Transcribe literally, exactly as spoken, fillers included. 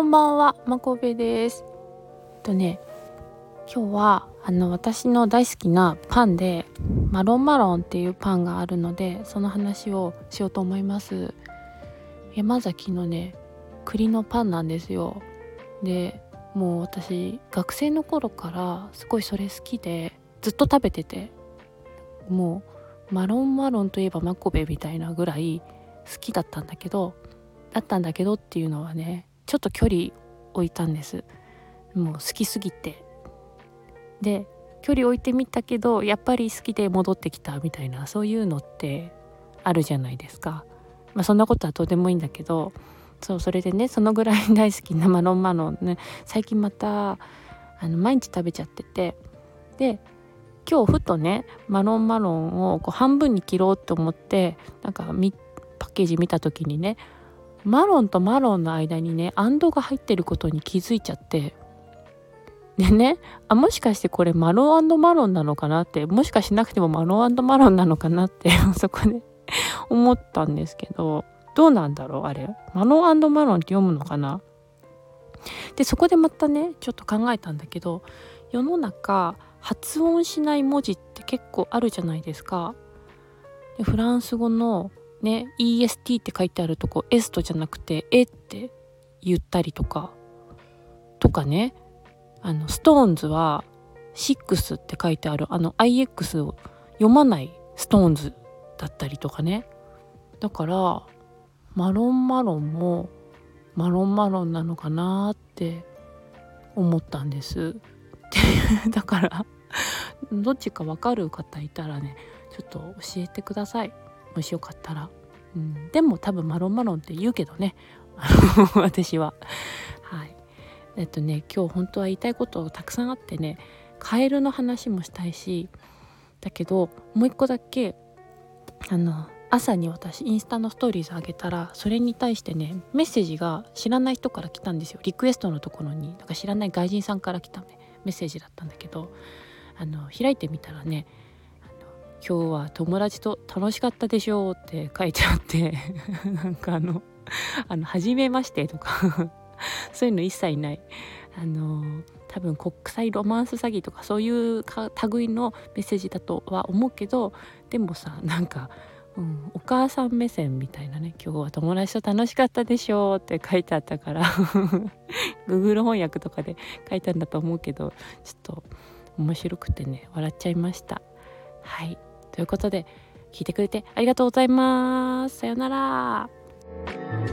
こんばんは、まこべです。とね、今日はあの私の大好きなパンでマロンマロンっていうパンがあるので、その話をしようと思います。山崎のね、栗のパンなんですよ。で、もう私学生の頃からすごいそれ好きでずっと食べてて、もうマロンマロンといえばまこべみたいなぐらい好きだったんだけどだったんだけどっていうのはね、ちょっと距離置いたんです。もう好きすぎて。で、距離置いてみたけどやっぱり好きで戻ってきたみたいな、そういうのってあるじゃないですか。まあそんなことはどうでもいいんだけど、そうそれでね、そのぐらい大好きなマロンマロンね、最近またあの毎日食べちゃってて、で今日ふとねマロンマロンをこう半分に切ろうと思ってなんかみパッケージ見た時にね、マロンとマロンの間にねアンドが入ってることに気づいちゃって、でね、あもしかしてこれマロン&マロンなのかなって、もしかしなくてもマロン&マロンなのかなってそこで思ったんですけど、どうなんだろう、あれマロン&マロンって読むのかな。でそこでまたねちょっと考えたんだけど、世の中発音しない文字って結構あるじゃないですか。でフランス語のね イーエスティー って書いてあるとこエストじゃなくてえって言ったりとかとかね、あのストーンズはシックスって書いてあるあの アイエックス を読まないストーンズだったりとかね。だからマロンマロンもマロンマロンなのかなって思ったんですだからどっちか分かる方いたらね、ちょっと教えてください、もしよかったら。うん、でも多分マロンマロンって言うけどね私は。はいえっとね今日本当は言いたいことたくさんあってね、カエルの話もしたいし、だけどもう一個だけ、あの朝に私インスタのストーリーズ上げたら、それに対してねメッセージが知らない人から来たんですよ。リクエストのところになんか知らない外人さんから来た、ね、メッセージだったんだけど、あの開いてみたらね、今日は友達と楽しかったでしょうって書いてあってなんかあのあの初めましてとかそういうの一切ない、あの多分国際ロマンス詐欺とかそういうか類のメッセージだとは思うけど、でもさなんか、うん、お母さん目線みたいなね、今日は友達と楽しかったでしょうって書いてあったからGoogle 翻訳とかで書いたんだと思うけど、ちょっと面白くてね笑っちゃいました。はい、ということで聞いてくれてありがとうございます。さよなら。